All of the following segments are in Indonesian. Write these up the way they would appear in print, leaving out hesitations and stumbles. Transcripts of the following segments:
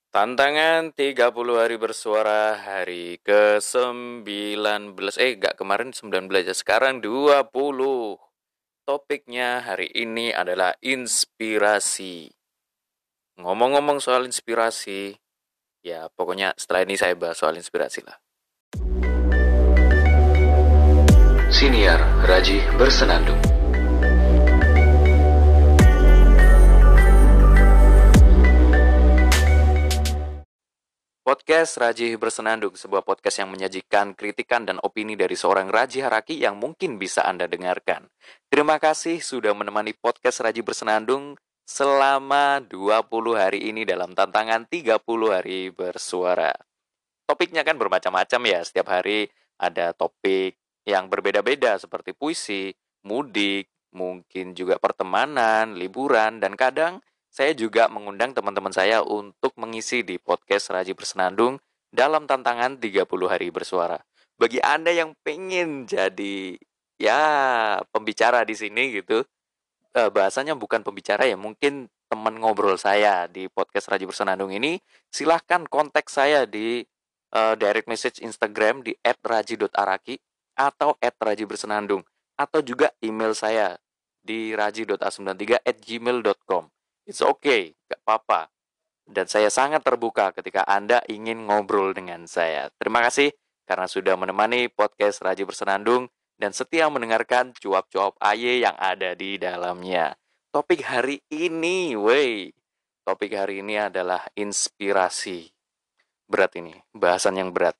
Tantangan 30 hari bersuara hari ke-19. Enggak, kemarin 19 ya, sekarang 20. Topiknya hari ini adalah inspirasi. Ngomong-ngomong soal inspirasi, ya pokoknya setelah ini saya bahas soal inspirasi lah. Siniar Raji Bersenandung. Podcast Raji Bersenandung, sebuah podcast yang menyajikan kritikan dan opini dari seorang Raji Haraki yang mungkin bisa Anda dengarkan. Terima kasih sudah menemani podcast Raji Bersenandung selama 20 hari ini dalam tantangan 30 hari bersuara. Topiknya kan bermacam-macam ya, setiap hari ada topik yang berbeda-beda seperti puisi, mudik, mungkin juga pertemanan, liburan, dan kadang saya juga mengundang teman-teman saya untuk mengisi di podcast Raji Bersenandung dalam tantangan 30 hari bersuara. Bagi Anda yang pengen jadi ya pembicara di sini gitu, bahasanya bukan pembicara ya, mungkin teman ngobrol saya di podcast Raji Bersenandung ini, silahkan kontak saya di direct message Instagram di @raji.araki atau @rajibersenandung atau juga email saya di raji.a93@gmail.com. It's okay, gak apa-apa. Dan saya sangat terbuka ketika Anda ingin ngobrol dengan saya. Terima kasih karena sudah menemani podcast Raji Bersenandung dan setia mendengarkan cuap-cuap aye yang ada di dalamnya. Topik hari ini, Topik hari ini adalah inspirasi. Berat ini, bahasan yang berat.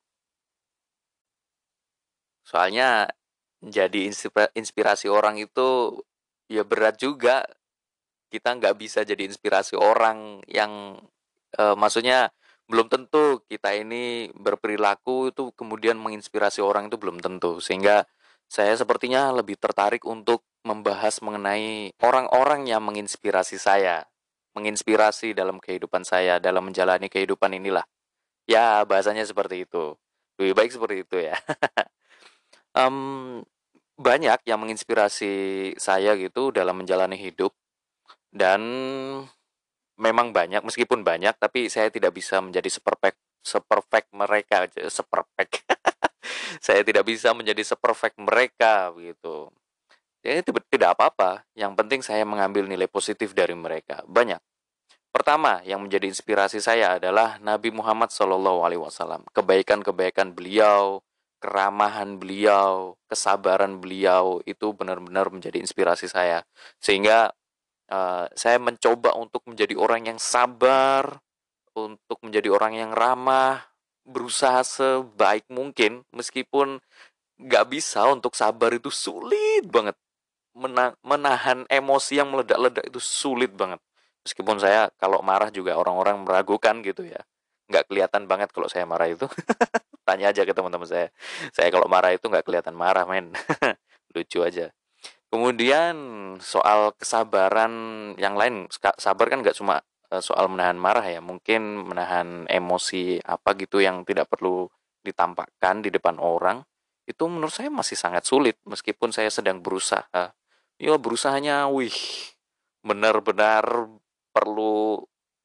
Soalnya jadi inspirasi orang itu ya berat juga. Kita nggak bisa jadi inspirasi orang yang maksudnya belum tentu kita ini berperilaku itu kemudian menginspirasi orang, itu belum tentu. Sehingga saya sepertinya lebih tertarik untuk membahas mengenai orang-orang yang menginspirasi saya, menginspirasi dalam kehidupan saya, dalam menjalani kehidupan inilah. Ya, bahasanya seperti itu. Lebih baik seperti itu ya. Em, Banyak yang menginspirasi saya gitu dalam menjalani hidup, dan memang banyak, meskipun banyak, tapi saya tidak bisa menjadi seperfect mereka, seperfect. Saya tidak bisa menjadi seperfect mereka begitu. Ya tidak apa-apa, yang penting saya mengambil nilai positif dari mereka. Banyak. Pertama, yang menjadi inspirasi saya adalah Nabi Muhammad SAW. Kebaikan-kebaikan beliau, keramahan beliau, kesabaran beliau itu benar-benar menjadi inspirasi saya. Sehingga saya mencoba untuk menjadi orang yang sabar, untuk menjadi orang yang ramah, berusaha sebaik mungkin, meskipun nggak bisa. Untuk sabar itu sulit banget. Menahan emosi yang meledak-ledak itu sulit banget. Meskipun saya kalau marah juga orang-orang meragukan gitu ya. Nggak kelihatan banget kalau saya marah itu. Tanya aja ke teman-teman saya. Saya kalau marah itu nggak kelihatan marah, men. Lucu aja. Kemudian soal kesabaran yang lain, sabar kan nggak cuma soal menahan marah ya, mungkin menahan emosi apa gitu yang tidak perlu ditampakkan di depan orang, itu menurut saya masih sangat sulit meskipun saya sedang berusaha. Ya berusahanya, benar-benar perlu,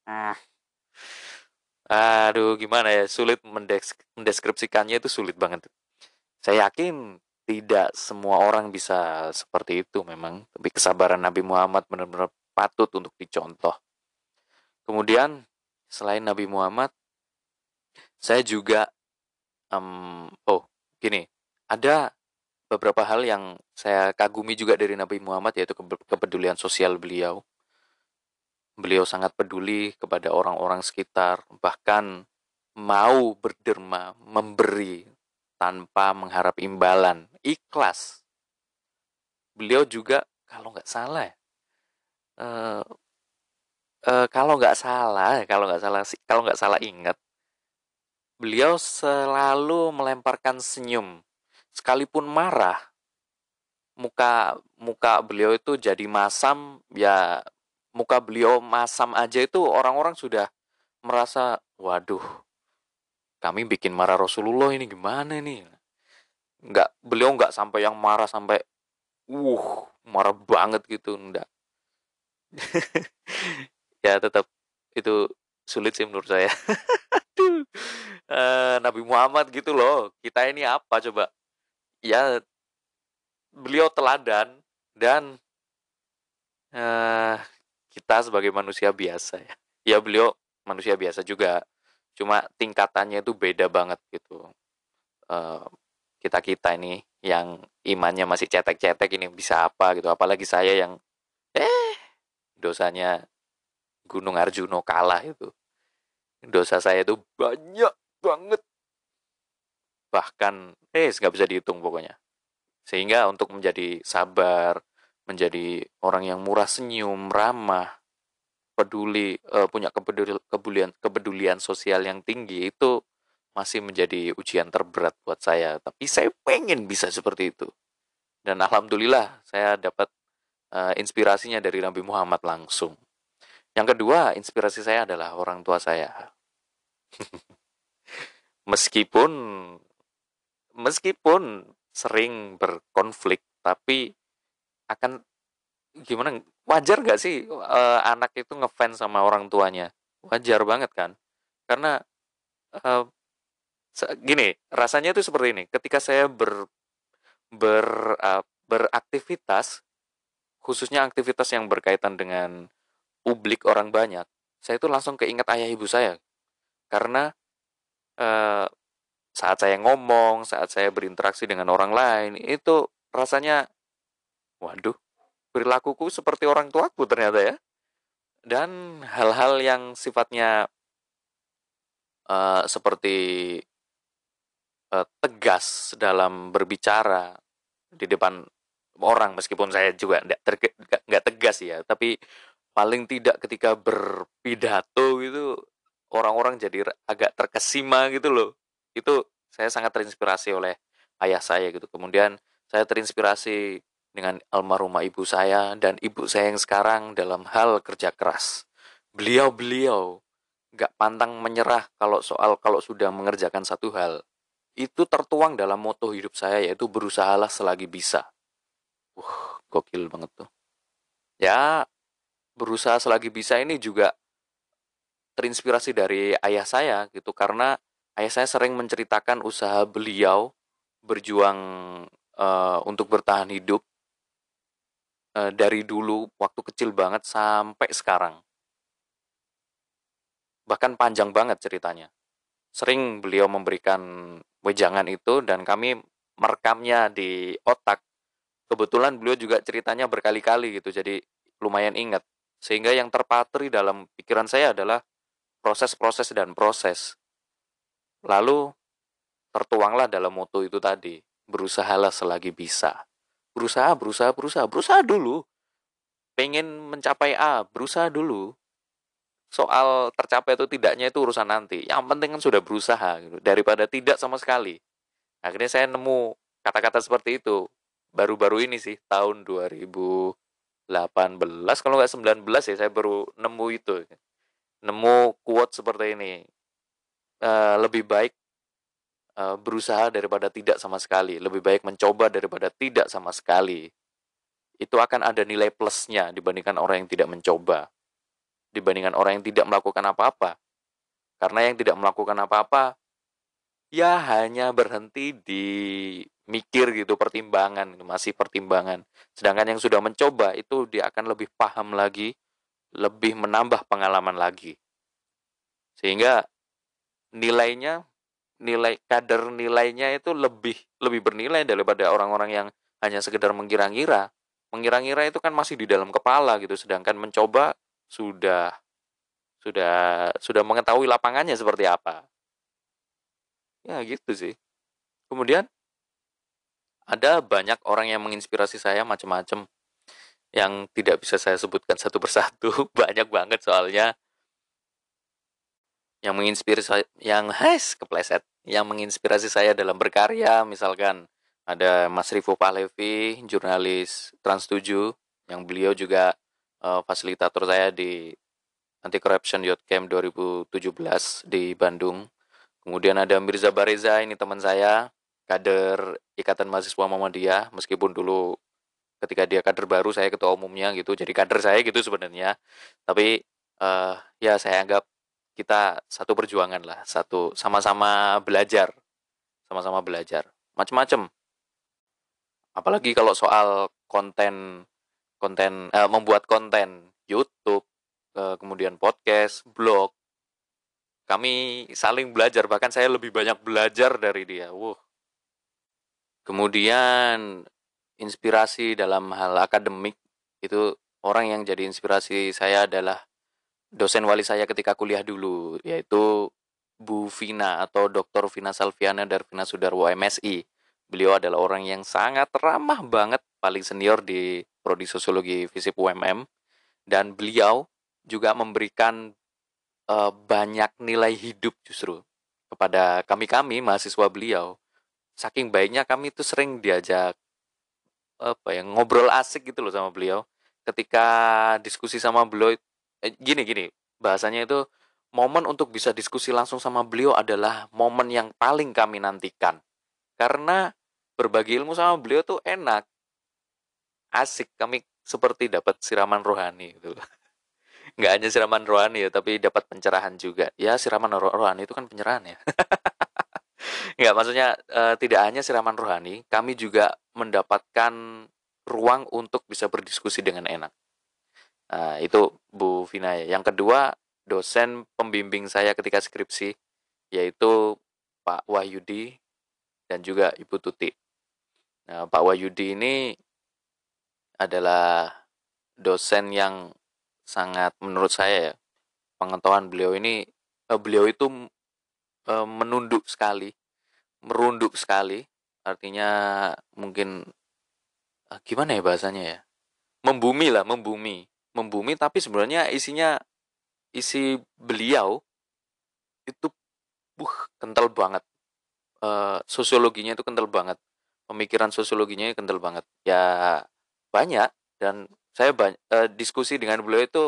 aduh gimana ya, sulit mendeskripsikannya, itu sulit banget. Saya yakin tidak semua orang bisa seperti itu memang, tapi kesabaran Nabi Muhammad benar-benar patut untuk dicontoh. Kemudian selain Nabi Muhammad, saya juga gini, ada beberapa hal yang saya kagumi juga dari Nabi Muhammad, yaitu kepedulian sosial beliau. Beliau sangat peduli kepada orang-orang sekitar, bahkan mau berderma, memberi tanpa mengharap imbalan, ikhlas. Beliau juga kalau nggak salah eh, kalau nggak salah ingat, beliau selalu melemparkan senyum sekalipun marah. Muka muka beliau itu jadi masam ya, muka beliau masam aja itu orang-orang sudah merasa, waduh, kami bikin marah Rasulullah ini gimana nih. Beliau nggak sampai yang marah sampai marah banget gitu, enggak. Ya tetap itu sulit sih menurut saya. Aduh. Nabi Muhammad gitu loh. Kita ini apa coba? Ya, beliau teladan dan eh, kita sebagai manusia biasa ya. Ya beliau manusia biasa juga. Cuma tingkatannya itu beda banget gitu. Eh, kita-kita ini yang imannya masih cetek-cetek ini bisa apa gitu. Apalagi saya yang dosanya Gunung Arjuno kalah itu. Dosa saya itu banyak banget. Bahkan nggak bisa dihitung pokoknya. Sehingga untuk menjadi sabar, menjadi orang yang murah senyum, ramah, peduli, punya kepedulian sosial yang tinggi itu masih menjadi ujian terberat buat saya. Tapi saya pengen bisa seperti itu. Dan alhamdulillah saya dapat inspirasinya dari Nabi Muhammad langsung. Yang kedua, inspirasi saya adalah orang tua saya. Meskipun meskipun sering berkonflik, tapi akan gimana, wajar nggak sih anak itu ngefans sama orang tuanya? Wajar banget kan? Karena eh, gini, rasanya itu seperti ini. Ketika saya beraktivitas, khususnya aktivitas yang berkaitan dengan publik orang banyak, saya itu langsung keinget ayah ibu saya. Karena eh, saat saya ngomong, saat saya berinteraksi dengan orang lain, itu rasanya, waduh, perilakuku seperti orang tuaku ternyata ya. Dan hal-hal yang sifatnya seperti tegas dalam berbicara di depan orang, meskipun saya juga nggak tegas ya, tapi paling tidak ketika berpidato gitu orang-orang jadi agak terkesima gitu loh. Itu saya sangat terinspirasi oleh ayah saya gitu. Kemudian saya terinspirasi dengan almarhumah ibu saya dan ibu saya yang sekarang dalam hal kerja keras. Beliau nggak pantang menyerah kalau sudah mengerjakan satu hal. Itu tertuang dalam moto hidup saya, yaitu berusahalah selagi bisa. Gokil banget tuh. Ya, berusaha selagi bisa ini juga terinspirasi dari ayah saya gitu, karena ayah saya sering menceritakan usaha beliau berjuang untuk bertahan hidup dari dulu waktu kecil banget sampai sekarang. Bahkan panjang banget ceritanya. Sering beliau memberikan wejangan itu dan kami merekamnya di otak. Kebetulan beliau juga ceritanya berkali-kali gitu, jadi lumayan ingat. Sehingga yang terpatri dalam pikiran saya adalah proses-proses dan proses. Lalu tertuanglah dalam moto itu tadi, berusahalah selagi bisa. Berusaha dulu. Pengen mencapai A, berusaha dulu. Soal tercapai atau tidaknya itu urusan nanti. Yang penting kan sudah berusaha gitu, daripada tidak sama sekali. Akhirnya saya nemu kata-kata seperti itu baru-baru ini sih, tahun 2018 kalau nggak 19 ya, saya baru nemu itu. Nemu quote seperti ini. Lebih baik berusaha daripada tidak sama sekali. Lebih baik mencoba daripada tidak sama sekali. Itu akan ada nilai plusnya dibandingkan orang yang tidak mencoba. Dibandingkan orang yang tidak melakukan apa-apa. Karena yang tidak melakukan apa-apa, ya hanya berhenti di mikir gitu, pertimbangan, masih pertimbangan. Sedangkan yang sudah mencoba itu dia akan lebih paham lagi, lebih menambah pengalaman lagi. Sehingga nilainya, kadar nilainya itu lebih bernilai daripada orang-orang yang hanya sekedar mengira-ngira. Mengira-ngira itu kan masih di dalam kepala gitu, sedangkan mencoba sudah sudah mengetahui lapangannya seperti apa. Ya gitu sih. Kemudian ada banyak orang yang menginspirasi saya macam-macam, yang tidak bisa saya sebutkan satu persatu. Banyak banget soalnya yang menginspirasi, kepleset, yang menginspirasi saya dalam berkarya. Misalkan ada Mas Rivo Pahlevi, jurnalis Trans 7, yang beliau juga fasilitator saya di Anti Corruption Youth Camp 2017 di Bandung. Kemudian ada Mirza Bareza, ini teman saya, kader Ikatan Mahasiswa Muhammadiyah, meskipun dulu ketika dia kader baru saya ketua umumnya gitu, jadi kader saya gitu sebenarnya. Tapi ya saya anggap kita satu perjuangan lah, sama-sama belajar, macam-macam. Apalagi kalau soal membuat konten YouTube, kemudian podcast, blog, kami saling belajar, bahkan saya lebih banyak belajar dari dia. Kemudian inspirasi dalam hal akademik itu, orang yang jadi inspirasi saya adalah dosen wali saya ketika kuliah dulu, yaitu Bu Vina atau Dr. Vina Salviana Darvina Sudarwo MSI. Beliau adalah orang yang sangat ramah banget, paling senior di Prodi Sosiologi FISIP UMM, dan beliau juga memberikan banyak nilai hidup justru kepada kami mahasiswa beliau. Saking baiknya kami itu sering diajak ngobrol asik gitu loh sama beliau. Ketika diskusi sama beliau, gini bahasanya itu, momen untuk bisa diskusi langsung sama beliau adalah momen yang paling kami nantikan, karena berbagi ilmu sama beliau tuh enak, asik, kami seperti dapat siraman rohani gitu. Nggak hanya siraman rohani ya, tapi dapat pencerahan juga. Ya, siraman rohani itu kan pencerahan ya. Nggak, maksudnya tidak hanya siraman rohani, kami juga mendapatkan ruang untuk bisa berdiskusi dengan enak. Nah, itu Bu Vina ya. Yang kedua, dosen pembimbing saya ketika skripsi, yaitu Pak Wahyudi dan juga Ibu Tuti. Nah, Pak Wahyudi ini adalah dosen yang sangat, menurut saya ya, pengetahuan beliau itu menunduk sekali, merunduk sekali, artinya mungkin gimana ya bahasanya ya, membumi lah, membumi, tapi sebenarnya isi beliau itu kental banget. Sosiologinya itu kental banget, pemikiran sosiologinya kental banget ya, banyak. Dan saya diskusi dengan beliau itu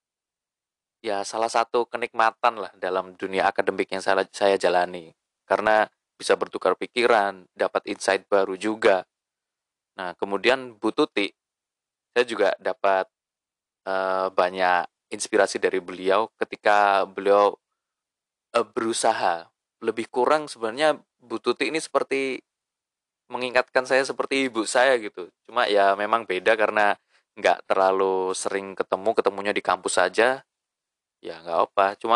ya salah satu kenikmatan lah dalam dunia akademik yang saya jalani, karena bisa bertukar pikiran, dapat insight baru juga. Nah, kemudian Bu Tuti, saya juga dapat banyak inspirasi dari beliau ketika beliau berusaha. Lebih kurang sebenarnya Bu Tuti ini seperti mengingatkan saya seperti ibu saya gitu. Cuma ya memang beda karena nggak terlalu sering ketemunya di kampus saja. Ya nggak apa, cuma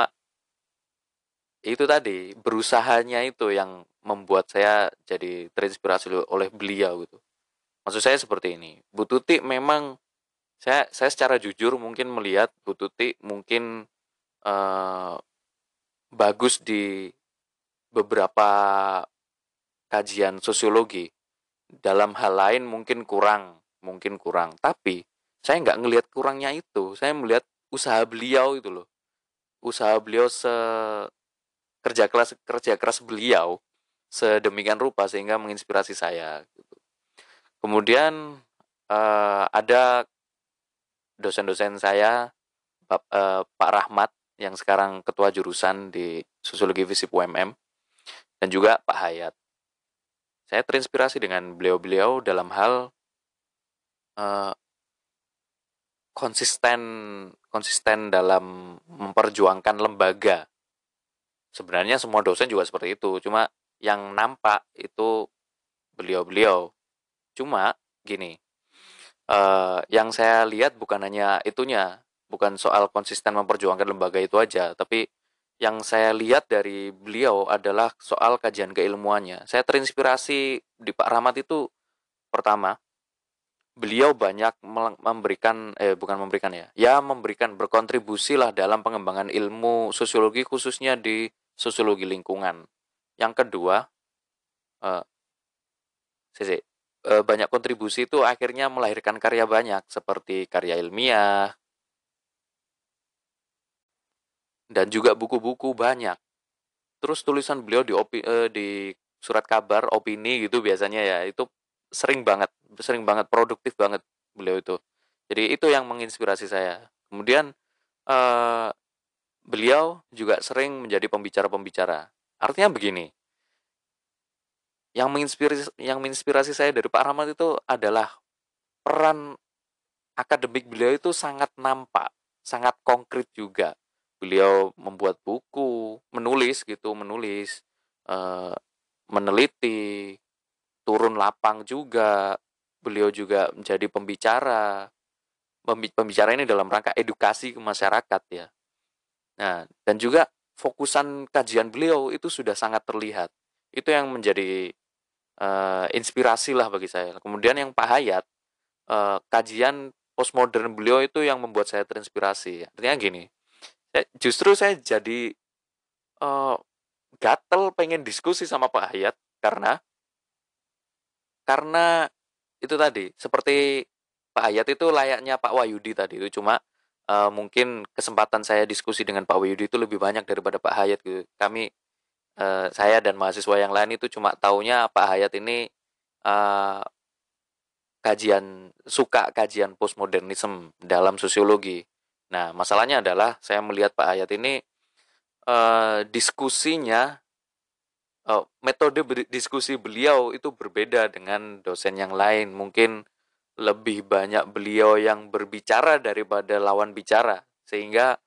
itu tadi, berusahanya itu yang membuat saya jadi terinspirasi oleh beliau gitu. Maksud saya seperti ini, Bu Tuti memang, saya secara jujur mungkin melihat Bu Tuti mungkin eh, bagus di beberapa kajian sosiologi, dalam hal lain mungkin kurang, tapi saya nggak ngelihat kurangnya itu, saya melihat usaha beliau itu loh, usaha beliau, kerja keras beliau sedemikian rupa sehingga menginspirasi saya gitu. Kemudian ada dosen-dosen saya, Pak Rahmat yang sekarang ketua jurusan di Sosiologi FISIP UMM, dan juga Pak Hayat. Saya terinspirasi dengan beliau-beliau dalam hal uh, konsisten dalam memperjuangkan lembaga. Sebenarnya semua dosen juga seperti itu, cuma yang nampak itu beliau-beliau. Cuma gini, yang saya lihat bukan hanya itunya, bukan soal konsisten memperjuangkan lembaga itu aja, tapi yang saya lihat dari beliau adalah soal kajian keilmuannya. Saya terinspirasi di Pak Rahmat itu, pertama, beliau banyak memberikan berkontribusi lah dalam pengembangan ilmu sosiologi, khususnya di sosiologi lingkungan. Yang kedua, eh, banyak kontribusi itu akhirnya melahirkan karya banyak, seperti karya ilmiah dan juga buku-buku banyak. Terus tulisan beliau di surat kabar, opini gitu biasanya ya, itu sering banget produktif banget beliau itu. Jadi itu yang menginspirasi saya. Kemudian eh, beliau juga sering menjadi pembicara-pembicara. Artinya begini, yang menginspirasi saya dari Pak Rahmat itu adalah peran akademik beliau itu sangat nampak, sangat konkret juga. beliau membuat buku, menulis, eh, meneliti, turun lapang juga. Beliau juga menjadi pembicara. Pembicara ini dalam rangka edukasi ke masyarakat ya. Nah, dan juga fokusan kajian beliau itu sudah sangat terlihat. Itu yang menjadi inspirasi lah bagi saya. Kemudian yang Pak Hayat, kajian postmodern beliau itu yang membuat saya terinspirasi. Artinya gini, justru saya jadi uh, gatel pengen diskusi sama Pak Hayat karena itu tadi seperti Pak Hayat itu layaknya Pak Wahyudi tadi itu, cuma mungkin kesempatan saya diskusi dengan Pak Wahyudi itu lebih banyak daripada Pak Hayat gitu. Saya dan mahasiswa yang lain itu cuma taunya Pak Hayat ini uh, suka kajian postmodernisme dalam sosiologi. Nah, masalahnya adalah saya melihat Pak Hayat ini diskusinya, metode diskusi beliau itu berbeda dengan dosen yang lain. Mungkin lebih banyak beliau yang berbicara daripada lawan bicara, sehingga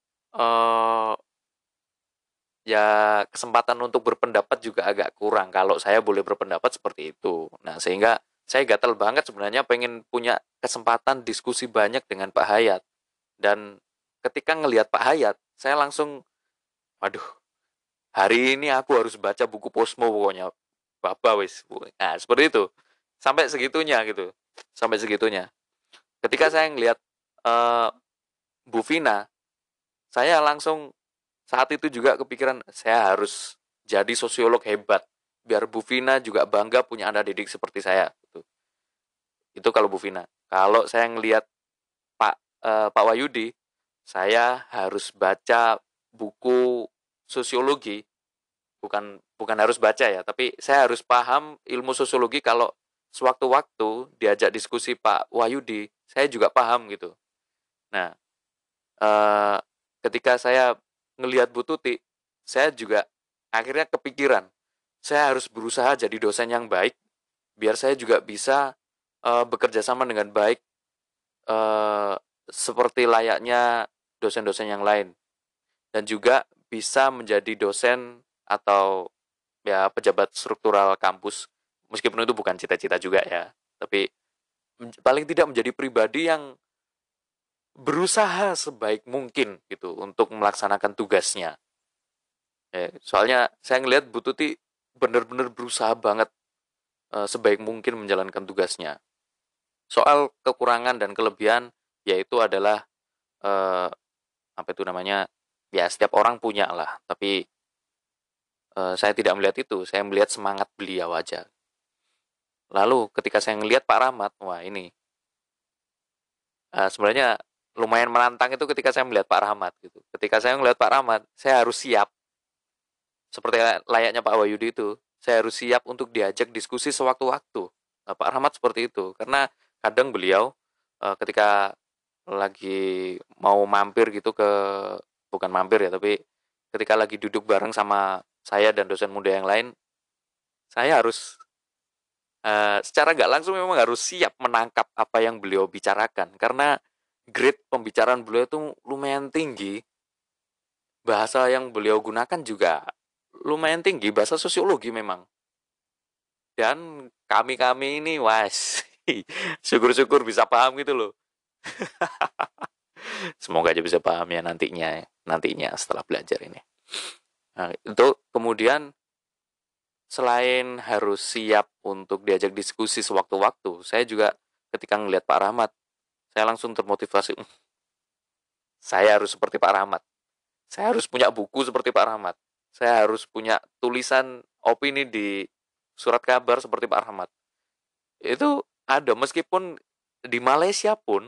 eh, ya kesempatan untuk berpendapat juga agak kurang kalau saya boleh berpendapat seperti itu. Nah, sehingga saya gatel banget sebenarnya pengen punya kesempatan diskusi banyak dengan Pak Hayat. Dan ketika ngelihat Pak Hayat, saya langsung, waduh, hari ini aku harus baca buku Posmo pokoknya. Baba wis. Nah, seperti itu. Sampai segitunya gitu. Sampai segitunya. Ketika saya ngelihat uh, Bu Vina, saya langsung saat itu juga kepikiran saya harus jadi sosiolog hebat biar Bu Vina juga bangga punya anak didik seperti saya gitu. Itu kalau Bu Vina. Kalau saya ngelihat Pak Wahyudi, saya harus baca buku sosiologi, bukan bukan harus baca ya, tapi saya harus paham ilmu sosiologi kalau sewaktu-waktu diajak diskusi Pak Wahyudi, saya juga paham gitu. Nah, eh, ketika saya ngelihat Bu Tuti, saya juga akhirnya kepikiran, saya harus berusaha jadi dosen yang baik, biar saya juga bisa bekerja sama dengan baik, eh, seperti layaknya dosen-dosen yang lain, dan juga bisa menjadi dosen atau ya pejabat struktural kampus, meskipun itu bukan cita-cita juga ya, tapi paling tidak menjadi pribadi yang berusaha sebaik mungkin gitu untuk melaksanakan tugasnya. Soalnya saya ngelihat Bu Tuti benar-benar berusaha banget sebaik mungkin menjalankan tugasnya. Soal kekurangan dan kelebihan, yaitu adalah eh, apa itu namanya, ya setiap orang punya lah. Tapi saya tidak melihat itu, saya melihat semangat beliau aja. Lalu ketika saya ngelihat Pak Rahmat, wah ini sebenarnya lumayan menantang itu ketika saya melihat Pak Rahmat gitu. Ketika saya melihat Pak Rahmat, saya harus siap seperti layaknya Pak Wahyudi itu. Saya harus siap untuk diajak diskusi sewaktu-waktu. Nah, Pak Rahmat seperti itu, karena kadang beliau ketika lagi mau mampir gitu bukan mampir ya, tapi ketika lagi duduk bareng sama saya dan dosen muda yang lain, saya harus secara nggak langsung memang harus siap menangkap apa yang beliau bicarakan, karena grade pembicaraan beliau itu lumayan tinggi, bahasa yang beliau gunakan juga lumayan tinggi, bahasa sosiologi memang. Dan kami-kami ini, was, syukur-syukur bisa paham gitu loh. Semoga aja bisa paham ya nantinya setelah belajar ini. Nah, itu kemudian selain harus siap untuk diajak diskusi sewaktu-waktu, saya juga ketika ngelihat Pak Rahmat, saya langsung termotivasi. Saya harus seperti Pak Rahmat. Saya harus punya buku seperti Pak Rahmat. Saya harus punya tulisan opini di surat kabar seperti Pak Rahmat. Itu ada, meskipun di Malaysia pun,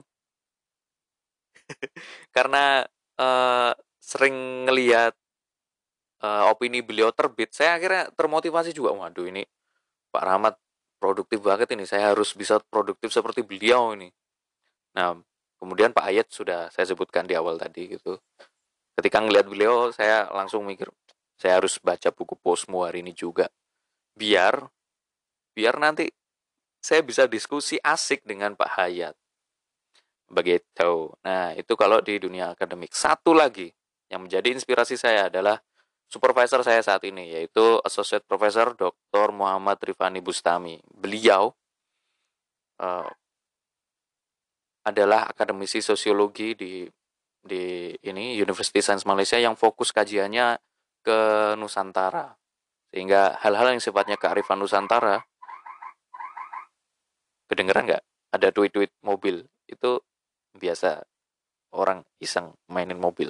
karena sering ngelihat opini beliau terbit, saya akhirnya termotivasi juga. Waduh, ini Pak Rahmat produktif banget ini, saya harus bisa produktif seperti beliau ini. Nah, kemudian Pak Ayat sudah saya sebutkan di awal tadi gitu. Ketika ngelihat beliau, saya langsung mikir, saya harus baca buku Posmo hari ini juga. Biar nanti saya bisa diskusi asik dengan Pak Hayat. Begitu. Nah, itu kalau di dunia akademik. Satu lagi Yang menjadi inspirasi saya adalah supervisor saya saat ini, yaitu Associate Professor Dr. Muhammad Rifani Bustami. Beliau adalah akademisi sosiologi di ini University Science Malaysia yang fokus kajiannya ke Nusantara. Sehingga hal-hal yang sifatnya kearifan Nusantara, kedengeran nggak? Ada tweet-tweet mobil, itu biasa orang iseng mainin mobil.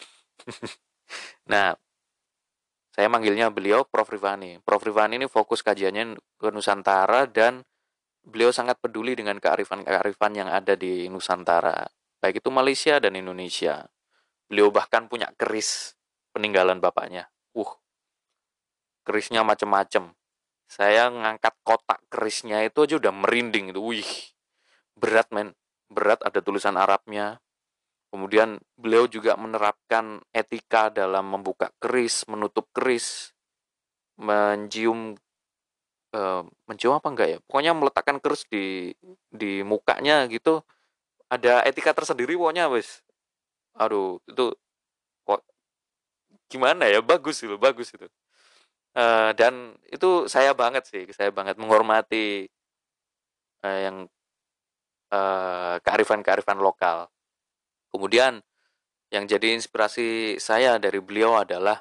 Nah, saya manggilnya beliau Prof. Rifani. Prof. Rifani ini fokus kajiannya ke Nusantara dan beliau sangat peduli dengan kearifan-kearifan yang ada di Nusantara, baik itu Malaysia dan Indonesia. Beliau bahkan punya keris peninggalan bapaknya. Kerisnya macem-macem. Saya ngangkat kotak kerisnya itu aja udah merinding itu. Wih, berat men. Berat, ada tulisan Arabnya. Kemudian beliau juga menerapkan etika dalam membuka keris, menutup keris, mencium apa enggak ya? Pokoknya meletakkan keris di mukanya gitu. Ada etika tersendiri pokoknya wis. Aduh, itu kok gimana ya? Bagus itu, bagus itu. Dan itu saya banget menghormati yang kearifan-kearifan lokal. Kemudian yang jadi inspirasi saya dari beliau adalah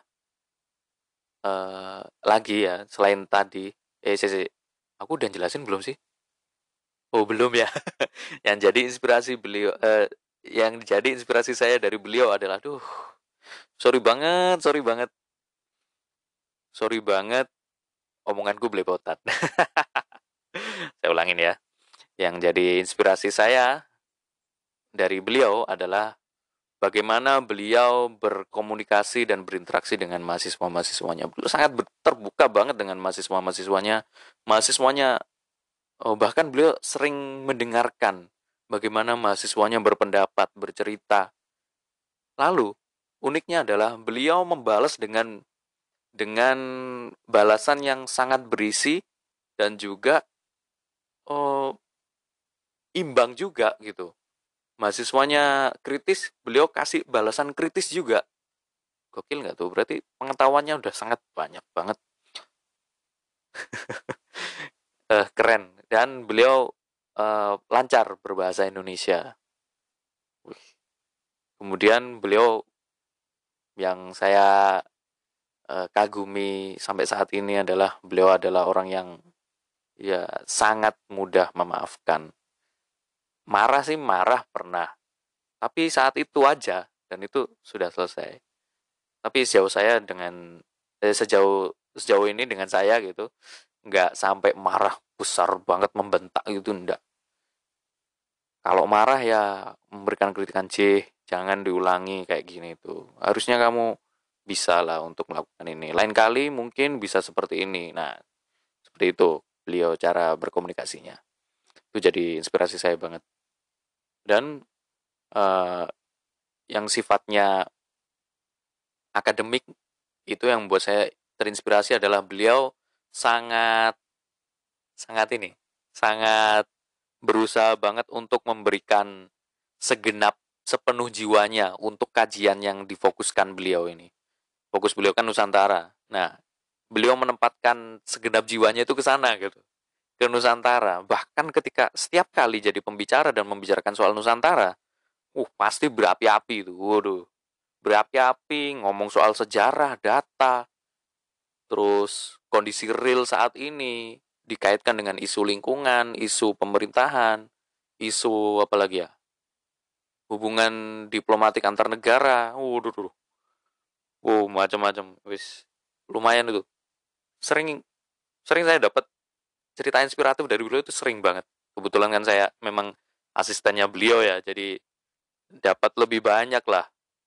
lagi ya, selain tadi, aku udah jelasin belum sih? Oh belum ya. Yang jadi inspirasi saya dari beliau adalah, sorry banget, omonganku belepotan. Saya ulangin ya. Yang jadi inspirasi saya dari beliau adalah bagaimana beliau berkomunikasi dan berinteraksi dengan mahasiswa-mahasiswanya. Beliau sangat terbuka banget dengan mahasiswa-mahasiswanya. Mahasiswanya, bahkan beliau sering mendengarkan bagaimana mahasiswanya berpendapat, bercerita. Lalu, uniknya adalah beliau membalas dengan balasan yang sangat berisi dan juga imbang juga gitu. Mahasiswanya kritis, beliau kasih balasan kritis juga. Gokil nggak tuh? Berarti pengetahuannya udah sangat banyak banget. Keren. Dan beliau lancar berbahasa Indonesia. Kemudian beliau yang saya kagumi sampai saat ini adalah beliau adalah orang yang ya sangat mudah memaafkan. Marah sih marah pernah. Tapi saat itu aja dan itu sudah selesai. Tapi sejauh ini dengan saya gitu, nggak sampai marah besar banget membentak gitu, enggak. Kalau marah ya memberikan kritikan, jangan diulangi kayak gini tuh. Harusnya kamu bisa lah untuk melakukan ini. Lain kali mungkin bisa seperti ini. Nah, seperti itu beliau cara berkomunikasinya. Itu jadi inspirasi saya banget. Dan yang sifatnya akademik itu yang membuat saya terinspirasi adalah beliau sangat berusaha banget untuk memberikan sepenuh jiwanya untuk kajian yang difokuskan beliau ini. Fokus beliau kan Nusantara. Nah, beliau menempatkan segenap jiwanya itu ke sana gitu. Ke Nusantara. Bahkan ketika setiap kali jadi pembicara dan membicarakan soal Nusantara, pasti berapi-api itu. Waduh. Berapi-api, ngomong soal sejarah, data, terus kondisi real saat ini, dikaitkan dengan isu lingkungan, isu pemerintahan, isu apa lagi ya? Hubungan diplomatik antar negara. Macam-macam. Wis lumayan itu. Sering saya dapat cerita inspiratif dari beliau itu sering banget. Kebetulan kan saya memang asistennya beliau ya, jadi dapat lebih banyak lah.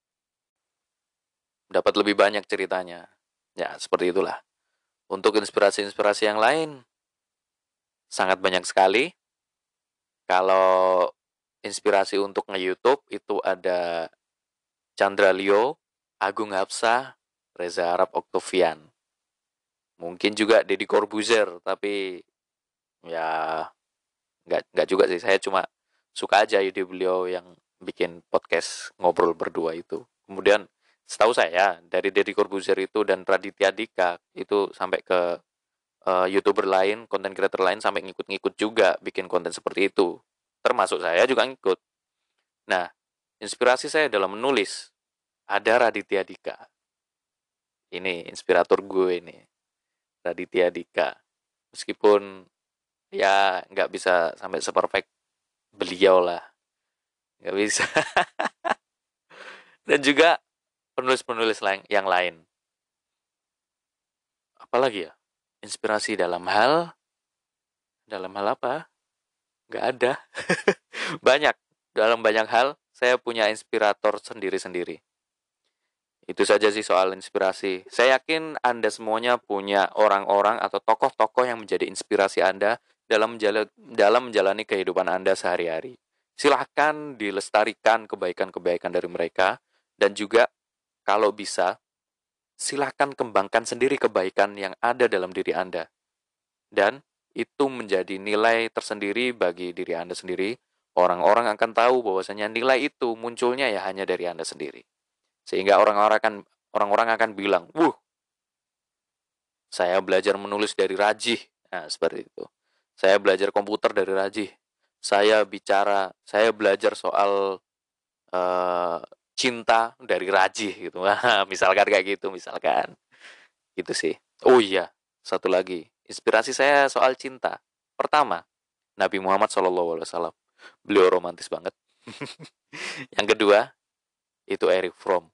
Dapat lebih banyak ceritanya. Ya, seperti itulah. Untuk inspirasi-inspirasi yang lain, sangat banyak sekali. Kalau inspirasi untuk nge-YouTube itu ada Chandra Leo, Agung Hapsah, Reza Arab Octavian. Mungkin juga Deddy Corbuzier, tapi ya nggak juga sih. Saya cuma suka aja ide beliau yang bikin podcast ngobrol berdua itu. Kemudian Setahu saya dari Deddy Corbuzier itu dan Raditya Dika itu sampai ke YouTuber lain, konten creator lain sampai ngikut-ngikut juga bikin konten seperti itu. Termasuk saya juga ngikut. Nah, inspirasi saya dalam menulis ada Raditya Dika. Ini inspirator gue ini, Raditya Dika. Meskipun ya nggak bisa sampai seperfect beliau lah, nggak bisa. Dan juga penulis-penulis yang lain. Apalagi ya? Inspirasi dalam hal apa? Nggak ada. Banyak. Dalam banyak hal, saya punya inspirator sendiri-sendiri. Itu saja sih soal inspirasi. Saya yakin Anda semuanya punya orang-orang atau tokoh-tokoh yang menjadi inspirasi Anda dalam menjalani kehidupan Anda sehari-hari. Silahkan dilestarikan kebaikan-kebaikan dari mereka. Dan juga, kalau bisa, silahkan kembangkan sendiri kebaikan yang ada dalam diri Anda. Dan itu menjadi nilai tersendiri bagi diri Anda sendiri. Orang-orang akan tahu bahwasanya nilai itu munculnya ya hanya dari Anda sendiri. Sehingga orang-orang akan bilang, saya belajar menulis dari Rajih. Nah, seperti itu. Saya belajar komputer dari Rajih. Saya belajar soal cinta dari Rajih gitu. Misalkan kayak gitu, misalkan. Gitu sih. Oh iya, satu lagi. Inspirasi saya soal cinta. Pertama, Nabi Muhammad SAW. Beliau romantis banget. Yang kedua, itu Erich Fromm.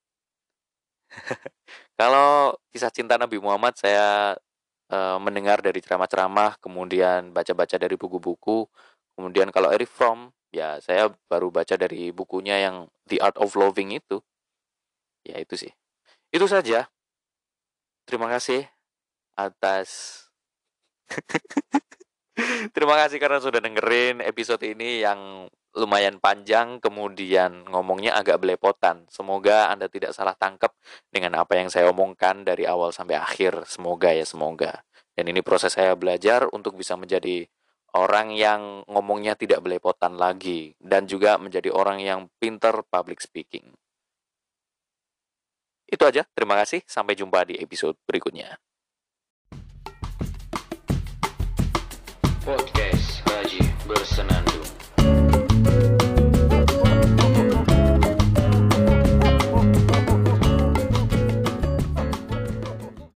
Kalau kisah cinta Nabi Muhammad saya mendengar dari ceramah-ceramah, kemudian baca-baca dari buku-buku. Kemudian kalau Erich Fromm, ya saya baru baca dari bukunya yang The Art of Loving itu. Ya itu sih. Itu saja. Terima kasih atas terima kasih karena sudah dengerin episode ini yang lumayan panjang, kemudian ngomongnya agak belepotan. Semoga Anda tidak salah tangkap dengan apa yang saya omongkan dari awal sampai akhir. Semoga ya, semoga. Dan ini proses saya belajar untuk bisa menjadi orang yang ngomongnya tidak belepotan lagi. Dan juga menjadi orang yang pintar public speaking. Itu aja, terima kasih. Sampai jumpa di episode berikutnya. Podcast Raji Bersenandung.